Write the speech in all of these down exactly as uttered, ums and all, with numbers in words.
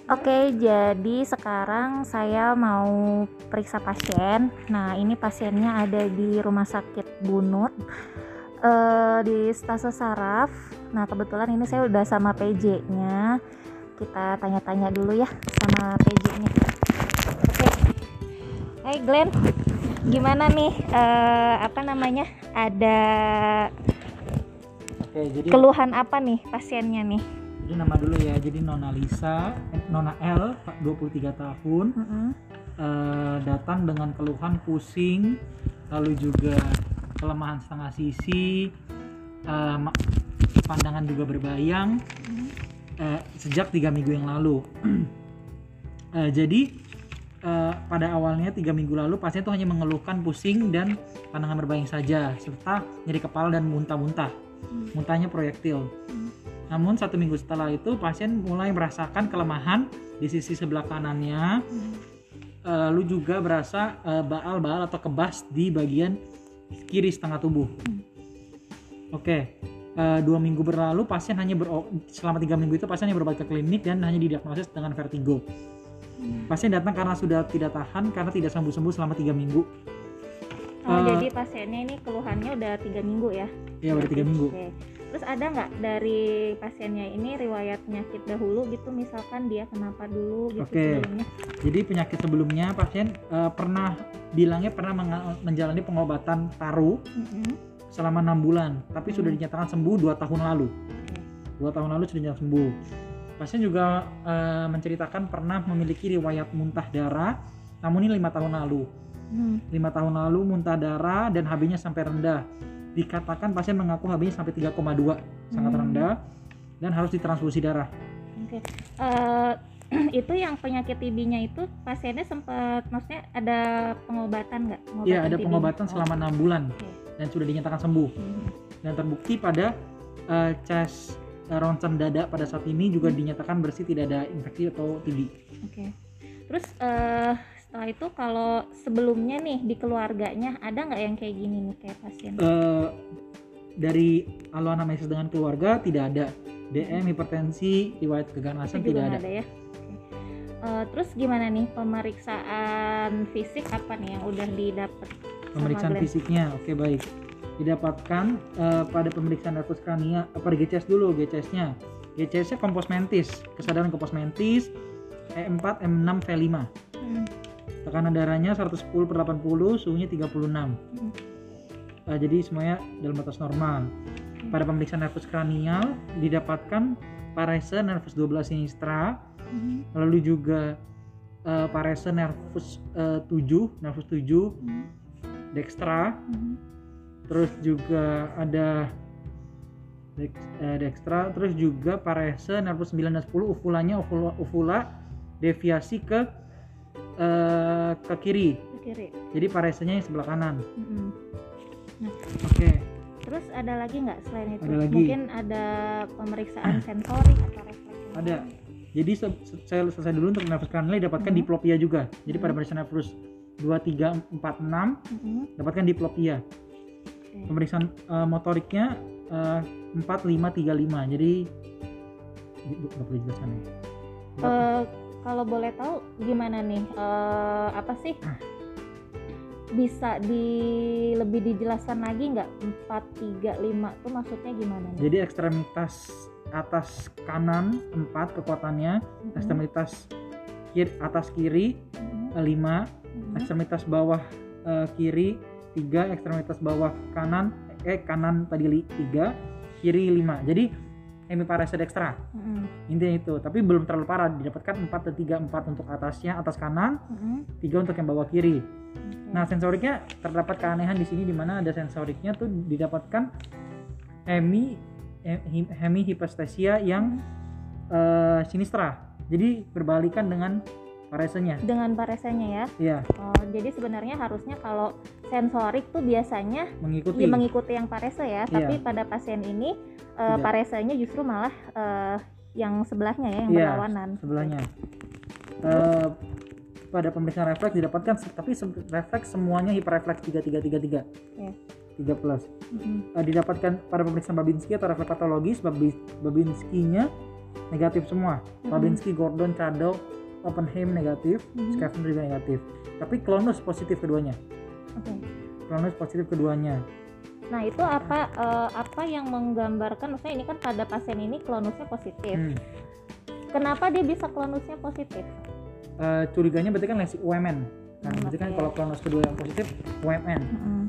Oke, jadi sekarang saya mau periksa pasien. Nah, ini pasiennya ada di Rumah Sakit Bunut, eh, di Stase Saraf. Nah, kebetulan ini saya udah sama P J-nya. Kita tanya-tanya dulu ya sama P J-nya. Oke. Hai Glenn, gimana nih? Eh, apa namanya? Ada Oke, jadi keluhan apa nih pasiennya nih? jadi nama dulu ya. Jadi Nona Lisa, eh, Nona L, dua puluh tiga tahun, Mm-mm. eh, datang dengan keluhan pusing, lalu juga kelemahan setengah sisi, eh, ma- pandangan juga berbayang, eh, sejak tiga minggu yang lalu. Eh, jadi eh, pada awalnya tiga minggu lalu pasien itu hanya mengeluhkan pusing dan pandangan berbayang saja, serta nyeri kepala dan muntah-muntah. Muntahnya proyektil. Namun satu minggu setelah itu pasien mulai merasakan kelemahan di sisi sebelah kanannya, eh, lalu juga berasa eh, baal-baal atau kebas di bagian kiri setengah tubuh. Oke, eh, dua minggu berlalu pasien hanya ber selama tiga minggu itu pasien hanya berobat ke klinik dan hanya didiagnosis dengan vertigo. Pasien datang karena sudah tidak tahan karena tidak sembuh-sembuh selama tiga minggu. Oh, Eh, jadi pasiennya ini keluhannya udah tiga minggu ya? Ya udah tiga minggu. Oke. Terus ada nggak dari pasiennya ini riwayat penyakit dahulu gitu, misalkan dia kenapa dulu gitu Oke. sebelumnya? Jadi penyakit sebelumnya pasien eh, pernah bilangnya pernah menga- menjalani pengobatan paru Mm-mm. selama enam bulan, tapi sudah Hmm. dinyatakan sembuh dua tahun lalu. Dua tahun lalu sudah dinyatakan sembuh. Pasien juga eh, menceritakan pernah memiliki riwayat muntah darah, namun ini lima tahun lalu. Hmm. lima tahun lalu muntah darah dan H B-nya sampai rendah. Dikatakan pasien mengaku H B-nya sampai tiga koma dua, sangat Hmm. rendah dan harus ditransfusi darah. Oke. Eh, itu yang penyakit T B-nya itu pasiennya sempat, maksudnya ada pengobatan nggak? Iya, ada T B-nya? pengobatan Oh, selama enam bulan oke. dan sudah dinyatakan sembuh. Hmm. Dan terbukti pada uh, tes uh, ronsen dada pada saat ini juga dinyatakan bersih, tidak ada infeksi atau T B. Oke. Terus eh, setelah itu kalau sebelumnya nih di keluarganya ada nggak yang kayak gini nih kayak pasien? Uh, dari anamnesis dengan keluarga tidak ada. D M, hipertensi, riwayat keganasan Itu juga tidak nggak ada. ada ya. Oke. Eh, terus gimana nih pemeriksaan fisik apa nih yang udah didapat? Pemeriksaan fisiknya, oke baik. Didapatkan uh, pada pemeriksaan nervus krania, apa G C S dulu, G C S-nya. G C S-nya kompos mentis, kesadaran kompos mentis, E empat, M enam, V lima. Hmm. Tekanan darahnya seratus sepuluh per delapan puluh, suhunya tiga puluh enam. Hmm. Uh, jadi semuanya dalam batas normal. Pada pemeriksaan nervus kranial didapatkan parese nervus dua belas sinistra, Hmm. lalu juga uh, parese nervus uh, tujuh, nervus tujuh, Hmm. dextra, Hmm. terus juga ada dex, uh, dextra, terus juga parese nervus sembilan dan sepuluh, uvulanya uvula, uvula deviasi ke uh, ke kiri. Ke kiri. Jadi paresenya yang sebelah kanan. Hmm. Oke. Terus ada lagi nggak selain itu? Ada lagi. Mungkin ada pemeriksaan sensorik atau refleks? Ada. Jadi se- se- saya selesai dulu untuk nervus kranial dapatkan Hmm. diplopia juga. Jadi pada Hmm. pemeriksaan nervus dua, tiga, empat, enam Hmm. dapatkan diplopia. Oke. Pemeriksaan uh, motoriknya uh, empat, lima, tiga, lima. Jadi nggak perlu dijelaskan ya. Eh, kalau boleh tahu gimana nih? Eh, apa sih? Bisa di lebih dijelaskan lagi nggak? empat, tiga, lima tuh maksudnya gimana nih? Jadi ekstremitas atas kanan empat kekuatannya, Mm-mm. ekstremitas kiri atas kiri Mm-mm. uh, lima, Mm-mm. ekstremitas bawah uh, kiri tiga, ekstremitas bawah kanan eh kanan tadi li, tiga, kiri lima. Jadi hemiparese dextra Mm-mm. intinya itu, tapi belum terlalu parah. Didapatkan empat dan tiga, empat untuk atasnya atas kanan, Mm-mm. tiga untuk yang bawah kiri. Oke. Nah, sensoriknya terdapat keanehan di sini, di mana ada sensoriknya tuh didapatkan hemi hem- hemihipostasia yang uh, sinistra. Jadi berbalikan dengan paresenya. Dengan paresenya ya. Iya, Oh, jadi sebenarnya harusnya kalau sensorik tuh biasanya mengikuti. ya mengikuti yang parese ya, tapi Iya. pada pasien ini eh, Tidak. paresenya justru malah eh, yang sebelahnya ya, yang Iya, berlawanan. sebelahnya. Uh, pada pemeriksaan refleks didapatkan, tapi se- refleks semuanya hiperrefleks tiga tiga tiga tiga. Oke. tiga plus. Mm-mm. Uh, didapatkan pada pemeriksaan Babinski atau refleks patologis. Babi- Babinskinya negatif semua. Mm-hmm. Babinski, Gordon, Chadok, Oppenheim negatif, Mm-hmm. Schaffen juga negatif. Tapi Clonus positif keduanya. Oke. Okay. Clonus positif keduanya. Nah itu apa uh, apa yang menggambarkan, maksudnya ini kan pada pasien ini klonusnya positif. Hmm. Kenapa dia bisa klonusnya positif? Uh, curiganya berarti kan lesi U M N. Nah, hmm, berarti okay. kan kalau klonus kedua yang positif U M N. Hmm.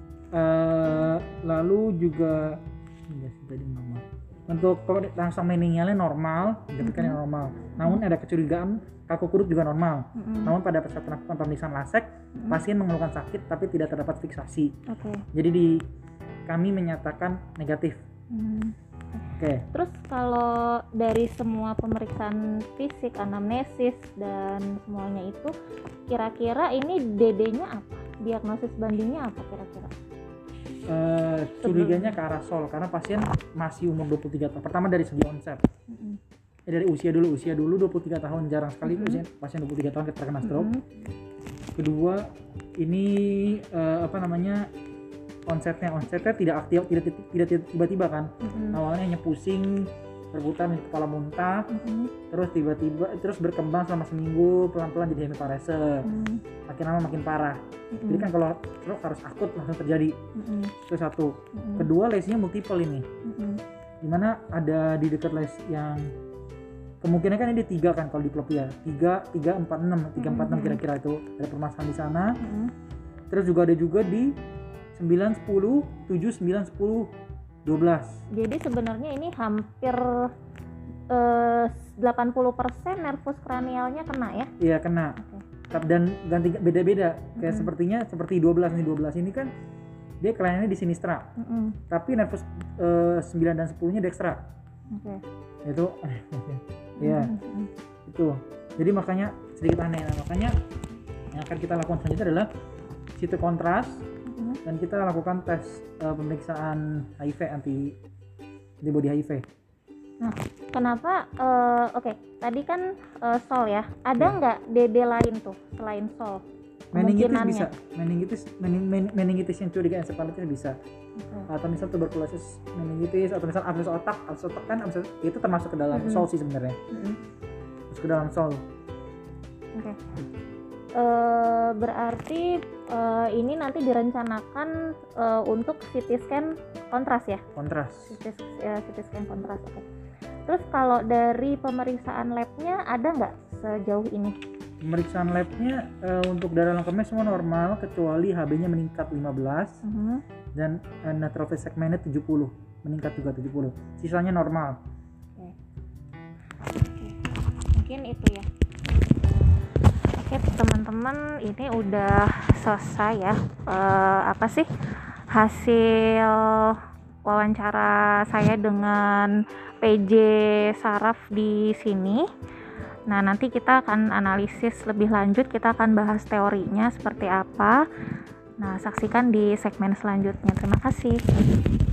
Uh, lalu juga enggak sih tadi nama. Untuk rangsang meningialnya normal, dapatkan yang normal. Namun ada kecurigaan kaku kuduk juga normal. Mm-hmm. Namun pada saat melakukan pemeriksaan lasek, mm-hmm. pasien mengeluhkan sakit tapi tidak terdapat fiksasi. Okay. Jadi di kami menyatakan negatif. Mm-hmm. Oke. Okay. Terus kalau dari semua pemeriksaan fisik, anamnesis dan semuanya itu, kira-kira ini D D-nya apa? Diagnosis bandingnya apa kira-kira? Uh, curiganya ke arah sol karena pasien masih umur dua puluh tiga tahun. Pertama dari segi onset. Mm-hmm. Eh, dari usia dulu, usia dulu dua puluh tiga tahun, jarang sekali mm-hmm. pasien, pasien dua puluh tiga tahun terkena stroke. Mm-hmm. Kedua, ini uh, apa namanya? onsetnya, onsetnya tidak aktif, tidak tidak tiba-tiba kan. Mm-hmm. Awalnya hanya pusing, berputar di kepala muntah, mm-hmm. terus tiba-tiba terus berkembang selama seminggu, pelan-pelan jadi hemiparese. Mm-hmm. Makin lama makin parah. Mm-hmm. Jadi kan kalau stroke harus akut langsung terjadi. Mm-hmm. Itu satu. Mm-hmm. Kedua, lesinya multiple ini. Mm-hmm. Dimana ada di dekat les yang kemungkinan kan ini tiga kan kalau diplopia. tiga, tiga, empat, enam, tiga, empat, enam kira-kira itu ada permasalahan di sana. Mm-hmm. Terus juga ada juga di sembilan, sepuluh, tujuh, sembilan, sepuluh, dua belas. Jadi sebenarnya ini hampir eh, delapan puluh persen nervus kranialnya kena ya? Iya kena. Okay. Dan ganti beda-beda. Kayak mm-hmm. sepertinya seperti dua belas nih, dua belas ini kan dia kelainan di sinistra. Mm-hmm. Tapi nervus eh, sembilan dan sepuluh-nya dekstra. Oke. Okay. Itu ya. Mm-hmm. Itu. Jadi makanya sedikit aneh. Nah, makanya yang akan kita lakukan selanjutnya adalah C T kontras. Dan kita lakukan tes uh, pemeriksaan H I V, anti antibody H I V. Nah, kenapa? Uh, Oke, okay. Tadi kan uh, sol ya. Ada nggak ya. D D lain tuh selain sol? Meningitis bisa. Meningitis, mening, men, meningitis yang curiga encephalitis bisa. Okay. Atau misal tuberkulosis meningitis, atau misal abses otak, abses otak kan abses, itu termasuk ke dalam mm-hmm. sol sih sebenarnya. Mm-hmm. Terus ke dalam sol. Oke. Okay. Uh, berarti uh, ini nanti direncanakan uh, untuk C T scan kontras ya? Kontras. C T, uh, C T scan kontras, oke. Okay. Terus kalau dari pemeriksaan labnya ada nggak sejauh ini? Pemeriksaan labnya uh, untuk darah lengkapnya semua normal kecuali H B-nya meningkat lima belas uh-huh. dan uh, neutrophil segmennya tujuh puluh, meningkat juga tujuh puluh. Sisanya normal. Oke. Okay. Okay. Mungkin itu ya. Oke teman-teman, ini udah selesai ya uh, apa sih hasil wawancara saya dengan P J saraf di sini. Nah nanti kita akan analisis lebih lanjut, kita akan bahas teorinya seperti apa. Nah saksikan di segmen selanjutnya. Terima kasih.